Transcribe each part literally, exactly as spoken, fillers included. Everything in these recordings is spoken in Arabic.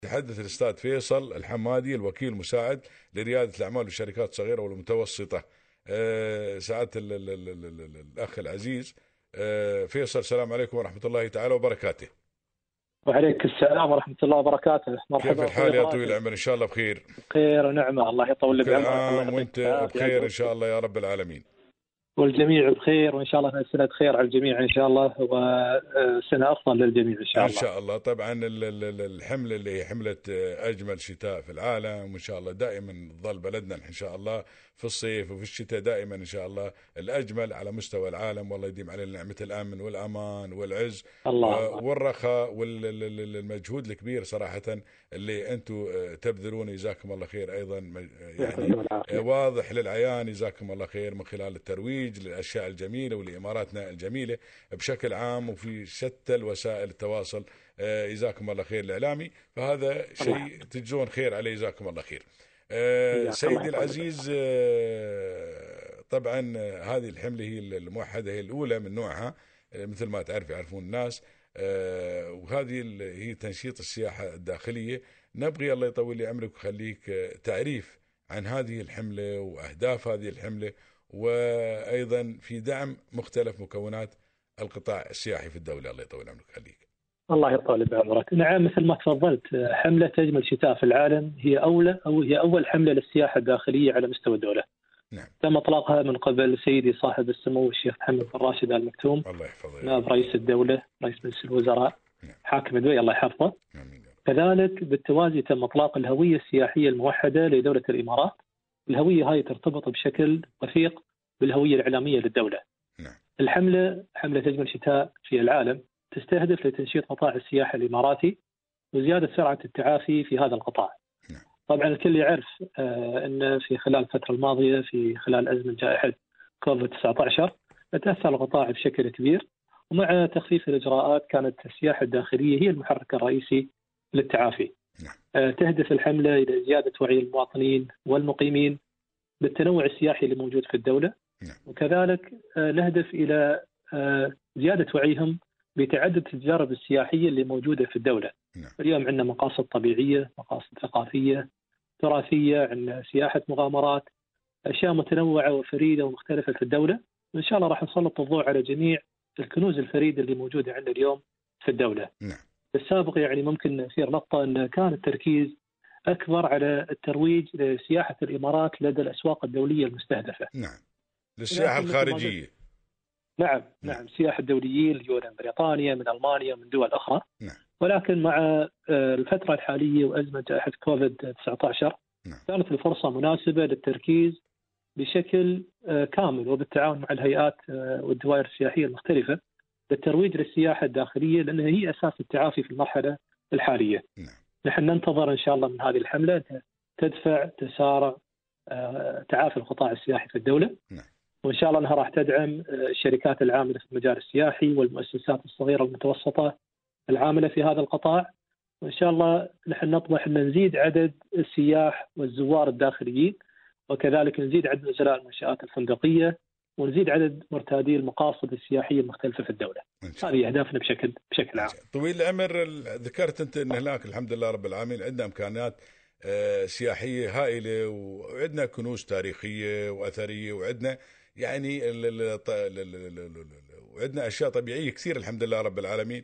تحدث الأستاذ فيصل الحمادي الوكيل المساعد لريادة الأعمال والشركات الصغيرة والمتوسطة. أه سعادة ال- ال- ال- ال- ال- الأخ العزيز أه فيصل، السلام عليكم ورحمة الله تعالى وبركاته. وعليك السلام ورحمة الله وبركاته. كيف مرحبا أخوي الحال يا طويل إبراهيم. العمر؟ إن شاء الله بخير، خير ونعمة، الله يطول لي وكل بعمرك، الله عام يعطيك وانت العافية أنت بخير إن شاء الله يا رب العالمين. والجميع بخير، وإن شاء الله هذه سنة خير على الجميع إن شاء الله، وسنة أفضل للجميع إن شاء إن الله. شاء الله. طبعا ال- ال- ال- الحملة اللي هي حملة أجمل شتاء في العالم، وإن شاء الله دائما تظل بلدنا إن شاء الله في الصيف وفي الشتاء دائما إن شاء الله الأجمل على مستوى العالم، والله يديم علينا نعمة الأمن والأمان والعز الله و- والرخاء والمجهود الكبير صراحة اللي أنتم تبذلون، جزاكم الله خير. أيضا م- يعني يعطيكم العافية. واضح للعيان جزاكم الله خير من خلال الترويج للأشياء الجميلة ولإماراتنا الجميلة بشكل عام، وفي شتى الوسائل التواصل. آه، جزاكم الله خير الإعلامي، فهذا الله شيء تجزون خير عليه، جزاكم الله خير. آه، إياك، الله سيدي يطول العزيز، آه، طبعا آه، هذه الحملة هي الموحدة، هي الأولى من نوعها، آه، مثل ما تعرف يعرفون الناس. آه، وهذه ال- هي تنشيط السياحة الداخلية. نبغي الله يطول لي عمرك ويخليك آه، تعريف عن هذه الحملة وأهداف هذه الحملة، وأيضا في دعم مختلف مكونات القطاع السياحي في الدولة. الله يطول عمرك ويخليك. الله يطول بعمرك. نعم، مثل ما تفضلت، حملة أجمل شتاء في العالم هي أولى أو هي أول حملة للسياحة الداخلية على مستوى الدولة. نعم. تم إطلاقها من قبل سيدي صاحب السمو الشيخ محمد بن راشد آل مكتوم، الله يحفظه. نائب رئيس الدولة، رئيس مجلس الوزراء، نعم. حاكم دبي الله يحفظه. آمين. كذلك بالتوازي تم إطلاق الهوية السياحية الموحدة لدولة الإمارات. الهوية هاي ترتبط بشكل وثيق بالهوية الإعلامية للدولة. نعم. الحملة حملة أجمل شتاء في العالم تستهدف لتنشيط قطاع السياحة الإماراتي وزيادة سرعة التعافي في هذا القطاع. نعم. طبعا الكل يعرف آه أن في خلال الفترة الماضية في خلال أزمة جائحة كوفيد تسعة عشر تأثر القطاع بشكل كبير، ومع تخفيف الإجراءات كانت السياحة الداخلية هي المحرك الرئيسي للتعافي. نعم. آه تهدف الحملة إلى زيادة وعي المواطنين والمقيمين بالتنوع السياحي اللي موجود في الدولة. نعم. وكذلك آه نهدف إلى آه زيادة وعيهم بتعدد التجارب السياحية اللي موجودة في الدولة. نعم. اليوم عندنا مقاصد طبيعية، مقاصد ثقافية، تراثية، عندنا سياحة مغامرات، أشياء متنوعة وفريدة ومختلفة في الدولة. وإن شاء الله راح نسلط الضوء على جميع الكنوز الفريدة اللي موجودة عندنا اليوم في الدولة. نعم. بالسابق يعني ممكن نثير نقطة أن كان التركيز أكبر على الترويج لسياحة الإمارات لدى الأسواق الدولية المستهدفة. نعم. للسياحة لكن مثل ما الخارجية. قلت- نعم نعم. نعم سياحة الدوليين اللي من بريطانيا، من ألمانيا، من دول أخرى. نعم. ولكن مع آه، الفترة الحالية وأزمة جائحة كوفيد تسعة عشر نعم. كانت الفرصة مناسبة للتركيز بشكل آه، كامل وبالتعاون مع الهيئات آه، والدوائر السياحية المختلفة للترويج للسياحة الداخلية، لأنها هي أساس التعافي في المرحلة الحالية. نعم. نحن ننتظر إن شاء الله من هذه الحملة أنها تدفع تسارع آه، تعافي القطاع السياحي في الدولة. نعم. وإن شاء الله أنها راح تدعم آه، الشركات العاملة في المجال السياحي والمؤسسات الصغيرة والمتوسطة العاملة في هذا القطاع. وإن شاء الله نحن نطمح أن نزيد عدد السياح والزوار الداخليين، وكذلك نزيد عدد نزلاء المنشآت الفندقية، ونزيد عدد مرتادي المقاصد السياحية المختلفة في الدولة. إن شاء الله. هذه أهدافنا بشكل بشكل عام. طويل العمر، ال- ذكرت أنت أن هناك الحمد لله رب العالمين عندنا إمكانات آه، سياحية هائلة، وعندنا كنوز تاريخية وأثرية، وعندنا يعني ال- ال- ط- ال- ال- ال- ال- ال- وعندنا أشياء طبيعية كثير الحمد لله رب العالمين.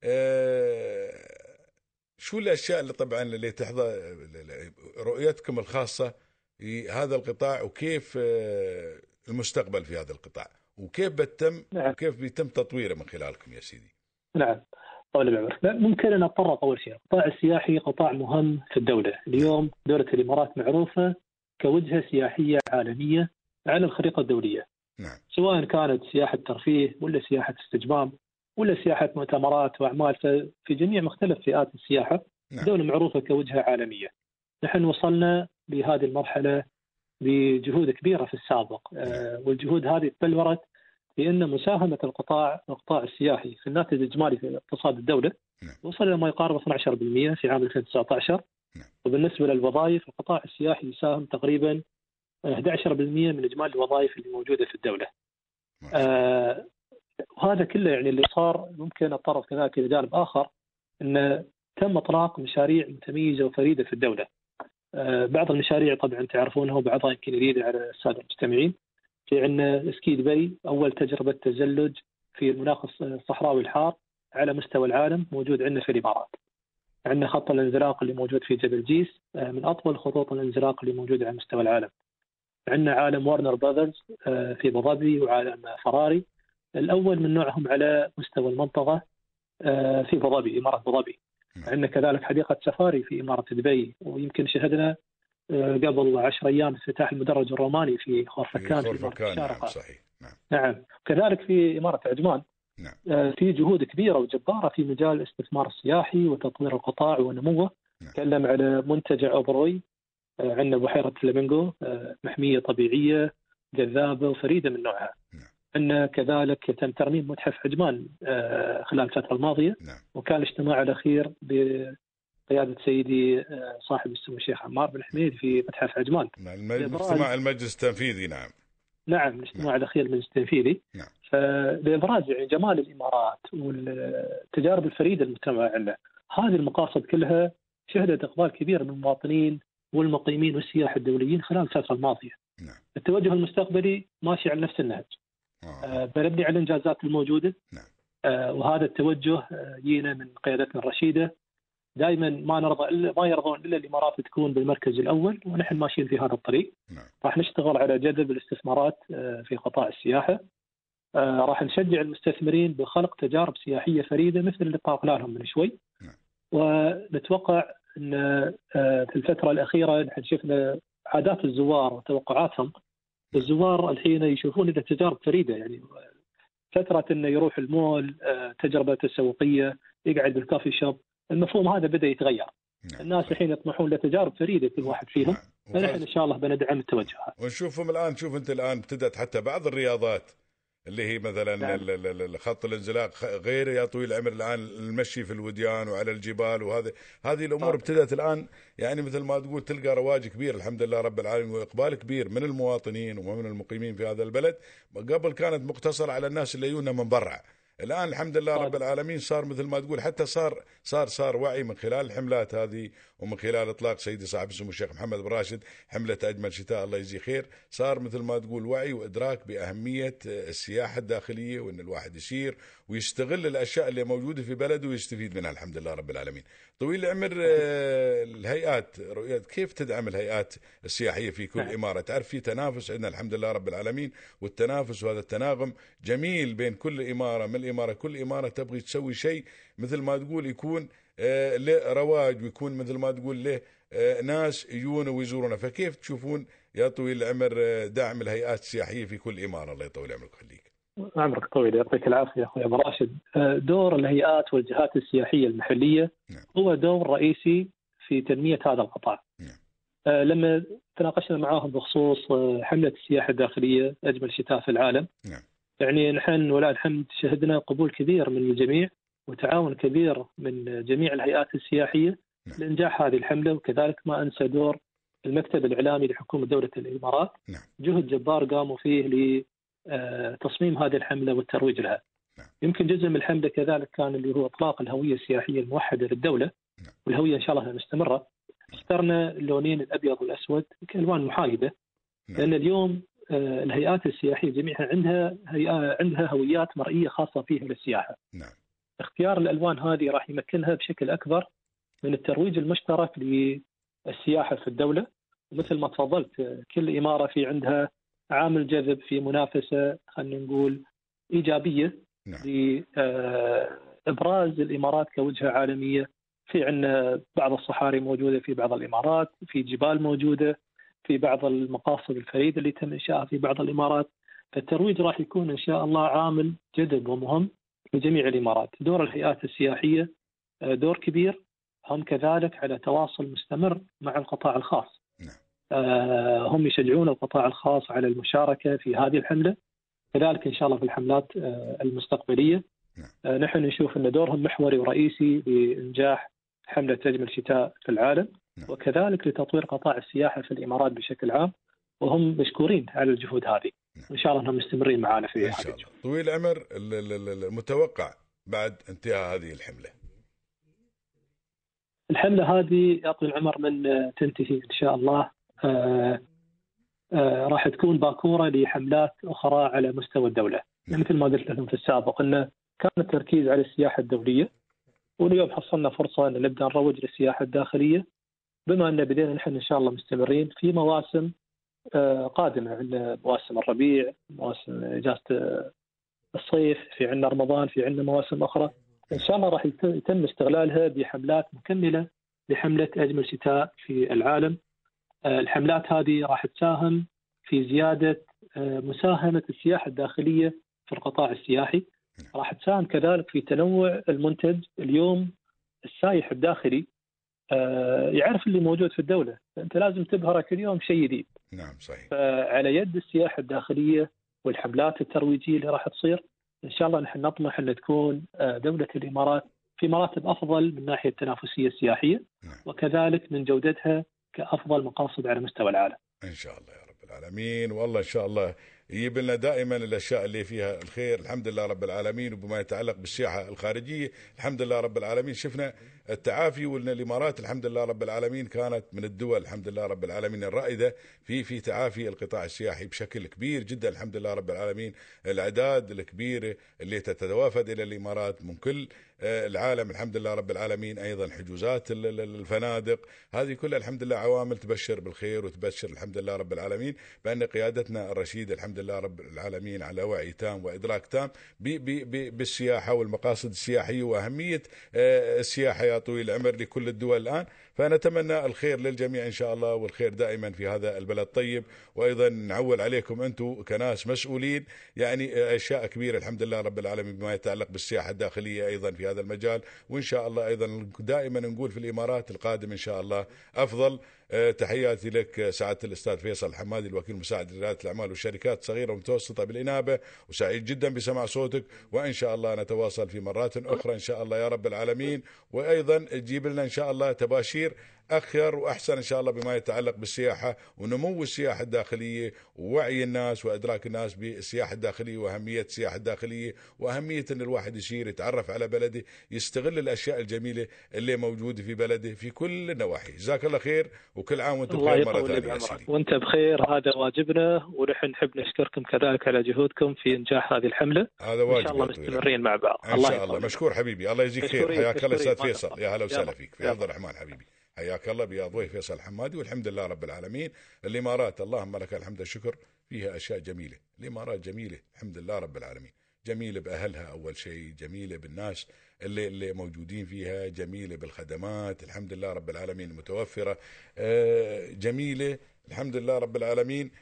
آه، شو الأشياء اللي طبعا اللي تحظى رؤيتكم الخاصة في هذا القطاع، وكيف آه، المستقبل في هذا القطاع، وكيف بتم نعم. وكيف بيتم تطويره من خلالكم يا سيدي؟ نعم. طول بعمرك. لا، ممكن أن أتطرق أول شيء. القطاع السياحي قطاع مهم في الدولة. اليوم دولة الإمارات معروفة كوجهة سياحية عالمية على الخريطة الدولية. نعم. سواء كانت سياحة ترفيه ولا سياحة استجمام ولا سياحة مؤتمرات وأعمال في في جميع مختلف فئات السياحة. نعم. دولة معروفة كوجهة عالمية. نحن وصلنا لهذه المرحلة بجهود كبيرة في السابق، آه، والجهود هذه تبلورت بأن مساهمة القطاع القطاع السياحي في الناتج الإجمالي في اقتصاد الدولة نعم. وصل إلى ما يقارب اثني عشر بالمئة في عام ألفين وتسعة عشر. نعم. وبالنسبة للوظائف القطاع السياحي يساهم تقريبا أحد عشر بالمئة من إجمالي الوظائف اللي موجودة في الدولة. آه وهذا كله يعني اللي صار. ممكن أتطرق كذلك إلى جانب آخر، أن تم إطلاق مشاريع متميزة وفريدة في الدولة. بعض المشاريع طبعا تعرفونها وبعضها يمكن جديد على السادة المستمعين. في عندنا سكي دبي، أول تجربة تزلج في المناخ الصحراوي الحار على مستوى العالم موجود عندنا في الإمارات. عندنا خط الانزلاق اللي موجود في جبل جيس من أطول خطوط الانزلاق اللي موجودة على مستوى العالم. عندنا عالم وارنر براذرز في أبو ظبي، وعالم فراري الأول من نوعهم على مستوى المنطقة في أبو ظبي، إمارة أبو ظبي. عندنا كذلك حديقة سفاري في إمارة دبي، ويمكن شهدنا قبل عشر أيام افتتاح المدرج الروماني في خورفكان في إمارة الشارقة. نعم صحيح. نعم. نعم. كذلك في إمارة عجمان. نعم. في جهود كبيرة وجبارة في مجال الاستثمار السياحي وتطوير القطاع ونموه. نعم. تكلم على منتجع أبروي، عندنا بحيرة فلامينغو محمية طبيعية جذابة وفريدة من نوعها. نعم. عندنا كذلك تم ترميم متحف عجمان خلال الفترة الماضية. نعم. وكان الاجتماع الأخير بقيادة سيدي صاحب السمو الشيخ عمار بن حميد في متحف عجمان. نعم. اجتماع المجلس التنفيذي. نعم. نعم. الاجتماع نعم. الأخير المجلس التنفيذي. نعم. فبإبراز يعني جمال الإمارات والتجارب الفريدة المجتمع عندنا، هذه المقاصد كلها شهدت إقبال كبير من المواطنين والمقيمين والسياح الدوليين خلال الفترة الماضية. نعم. التوجه المستقبلي ماشي على نفس النهج. آه. بنبني على الإنجازات الموجودة. نعم. آه وهذا التوجه جينا من قيادتنا الرشيدة. دائما ما نرضى إلا ما يرضون إلا الإمارات تكون بالمركز الأول، ونحن ماشيين في هذا الطريق. نعم. راح نشتغل على جذب الاستثمارات آه في قطاع السياحة. آه راح نشجع المستثمرين بخلق تجارب سياحية فريدة مثل اللي طرقنا لهم من شوي. نعم. ونتوقع أن آه في الفترة الأخيرة نحن شفنا عادات الزوار وتوقعاتهم. الزوار الحين يشوفون إذا تجارب فريدة، يعني فترة أنه يروح المول، تجربة تسوقية، يقعد بالكافي شوب، المفهوم هذا بدأ يتغير. نعم. الناس الحين يطمحون لتجارب فريدة كل واحد فيهم. نعم. فنحن إن شاء الله بندعم التوجه هذا. ونشوفهم الآن، شوف أنت الآن ابتدت حتى بعض الرياضات اللي هي مثلا نعم. خط الانزلاق غير يا طويل العمر، الآن المشي في الوديان وعلى الجبال، وهذه هذه الأمور ابتدت الآن يعني مثل ما تقول تلقى رواج كبير الحمد لله رب العالمين، وإقبال كبير من المواطنين ومن المقيمين في هذا البلد. قبل كانت مقتصرة على الناس اللي يجونا من برا، الآن الحمد لله رب العالمين صار مثل ما تقول حتى صار صار صار وعي من خلال الحملات هذه، ومن خلال إطلاق سيدي صاحب السمو الشيخ محمد بن راشد حملة أجمل شتاء الله يجزيه خير. صار مثل ما تقول وعي وإدراك بأهمية السياحة الداخلية، وإن الواحد يسير ويستغل الأشياء اللي موجودة في بلده ويستفيد منها الحمد لله رب العالمين. طويل العمر الهيئات رؤيات كيف تدعم الهيئات السياحية في كل إمارة؟ تعرف في تنافس عندنا الحمد لله رب العالمين، والتنافس وهذا التناغم جميل بين كل إمارة من الإمارة. كل إمارة تبغي تسوي شيء مثل ما تقول يكون له رواج، ويكون مثل ما تقول له ناس يجون ويزورنا. فكيف تشوفون يا طويل العمر دعم الهيئات السياحية في كل إمارة؟ الله يطول عمرك ويخليك. عمرك طويل، يعطيك العافية أخوي أبو راشد. دور الهيئات والجهات السياحية المحلية نعم. هو دور رئيسي في تنمية هذا القطاع. نعم. لما تناقشنا معاهم بخصوص حملة السياحة الداخلية أجمل شتاء في العالم، نعم. يعني نحن ولله الحمد شهدنا قبول كبير من الجميع وتعاون كبير من جميع الهيئات السياحية نعم. لإنجاح هذه الحملة. وكذلك ما أنسى دور المكتب الإعلامي لحكومة دولة الإمارات. نعم. جهد جبار قاموا فيه لتصميم هذه الحملة والترويج لها. نعم. يمكن جزء من الحملة كذلك كان اللي هو إطلاق الهوية السياحية الموحدة للدولة. نعم. والهوية إن شاء الله مستمرة. اخترنا اللونين الأبيض والأسود كألوان محايدة. نعم. لأن اليوم الهيئات السياحية جميعها عندها عندها هويات مرئية خاصة فيها للسياحة. نعم. اختيار الألوان هذه راح يمكنها بشكل أكبر من الترويج المشترك للسياحة في الدولة. ومثل ما تفضلت كل إمارة في عندها عامل جذب في منافسة خلينا نقول إيجابية. نعم. لإبراز الإمارات كوجهة عالمية. في عندنا بعض الصحاري موجودة في بعض الإمارات، في جبال موجودة في بعض المقاصد الفريدة اللي تم إنشائها في بعض الإمارات. فالترويج راح يكون إن شاء الله عامل جذب ومهم لجميع الإمارات. دور الهيئات السياحية دور كبير، هم كذلك على تواصل مستمر مع القطاع الخاص. نعم. هم يشجعون القطاع الخاص على المشاركة في هذه الحملة، كذلك إن شاء الله في الحملات المستقبلية. نعم. نحن نشوف أن دورهم محوري ورئيسي لإنجاح حملة أجمل شتاء في العالم. نعم. وكذلك لتطوير قطاع السياحة في الإمارات بشكل عام، وهم مشكورين على الجهود هذه. نعم. وإن شاء الله أنهم مستمرين معنا في إن شاء الله. طويل العمر المتوقع بعد انتهاء هذه الحملة؟ الحملة هذه يا طويل العمر من تنتهي إن شاء الله آه آه راح تكون باكورة لحملات أخرى على مستوى الدولة. يعني مثل ما قلت لكم في السابق أنه كان التركيز على السياحة الدولية، واليوم حصلنا فرصة أن نبدأ نروج للسياحة الداخلية، بما أن بدينا نحن إن شاء الله مستمرين في مواسم آه قادمة. عندنا مواسم الربيع، مواسم إجازة الصيف، في عندنا رمضان، في عندنا مواسم أخرى إن شاء الله راح يتم استغلالها بحملات مكملة لحملة أجمل شتاء في العالم. الحملات هذه راح تساهم في زيادة مساهمة السياحة الداخلية في القطاع السياحي، راح تساهم كذلك في تنوع المنتج. اليوم السائح الداخلي يعرف اللي موجود في الدولة، أنت لازم تبهره كل يوم شيء جديد. نعم صحيح. فعلى يد السياحة الداخلية والحملات الترويجية اللي راح تصير إن شاء الله نحن نطمح أن تكون دولة الإمارات في مراتب أفضل من ناحية التنافسية السياحية، وكذلك من جودتها كأفضل مقاصد على مستوى العالم إن شاء الله يا رب العالمين. والله إن شاء الله يجيب لنا دائما الأشياء اللي فيها الخير الحمد لله رب العالمين. وبما يتعلق بالسياحة الخارجية الحمد لله رب العالمين شفنا التعافي، وأن الإمارات الحمد لله رب العالمين كانت من الدول الحمد لله رب العالمين الرائدة في في تعافي القطاع السياحي بشكل كبير جدا الحمد لله رب العالمين. الأعداد الكبيرة اللي تتوافد إلى الإمارات من كل العالم الحمد لله رب العالمين، أيضا حجوزات الفنادق، هذه كلها الحمد لله عوامل تبشر بالخير وتبشر الحمد لله رب العالمين بأن قيادتنا الرشيدة الحمد لله رب العالمين على وعي تام وإدراك تام بالسياحة والمقاصد السياحية وأهمية السياحة يا طويل العمر لكل الدول الآن. فنتمنى الخير للجميع إن شاء الله، والخير دائما في هذا البلد طيب. وأيضا نعول عليكم أنتم كناس مسؤولين يعني أشياء كبيرة الحمد لله رب العالمين بما يتعلق بالسياحة الداخلية أيضا في هذا المجال. وإن شاء الله أيضا دائما نقول في الإمارات القادم إن شاء الله أفضل. تحياتي لك سعادة الأستاذ فيصل الحمادي الوكيل المساعد لريادة الأعمال والشركات الصغيرة والمتوسطة بالإنابة، وسعيد جدا بسماع صوتك، وإن شاء الله نتواصل في مرات أخرى إن شاء الله يا رب العالمين. وأيضا تجيب لنا إن شاء الله تباشير أخير وأحسن إن شاء الله بما يتعلق بالسياحة ونمو السياحة الداخلية ووعي الناس وإدراك الناس بالسياحة الداخلية وأهمية السياحة الداخلية وأهمية أن الواحد يسير يتعرف على بلده، يستغل الأشياء الجميلة اللي موجودة في بلده في كل النواحي. جزاك الله خير وكل عام وأنتم بخير مرة ثانية. وأنت بخير، هذا واجبنا، ونحن نحب نشكركم كذلك على جهودكم في إنجاح هذه الحملة. هذا واجب إن شاء الله مستمرين مع بعض. إن شاء الله. مشكور حبيبي، الله يجزيك خير. حياك الله أستاذ فيصل، يا هلا وسهلا فيك في عبد الرحمن حبيبي. حياك الله بيا ضوي فيصل الحمادي. والحمد لله رب العالمين الإمارات اللهم لك الحمد والشكر فيها أشياء جميلة. الإمارات جميلة الحمد لله رب العالمين، جميلة بأهلها أول شيء، جميلة بالناس اللي اللي موجودين فيها، جميلة بالخدمات الحمد لله رب العالمين المتوفرة، جميلة الحمد لله رب العالمين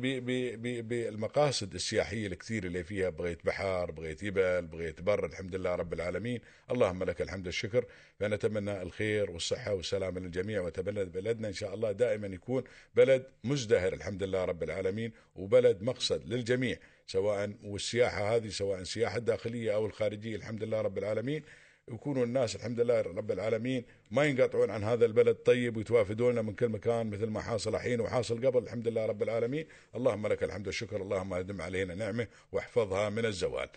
بالمقاصد السياحية الكثير اللي فيها، بغيت بحر، بغيت جبل، بغيت بر الحمد لله رب العالمين. اللهم لك الحمد والشكر. فنتمنى الخير والصحة والسلامة للجميع، وتبنى بلدنا إن شاء الله دائما يكون بلد مزدهر الحمد لله رب العالمين، وبلد مقصد للجميع، سواء والسياحة هذه سواء السياحة الداخلية أو الخارجية الحمد لله رب العالمين، يكونوا الناس الحمد لله رب العالمين ما ينقطعون عن هذا البلد طيب ويتوافدون من كل مكان مثل ما حاصل الحين وحاصل قبل الحمد لله رب العالمين. اللهم لك الحمد والشكر. اللهم أدم علينا نعمة واحفظها من الزوال.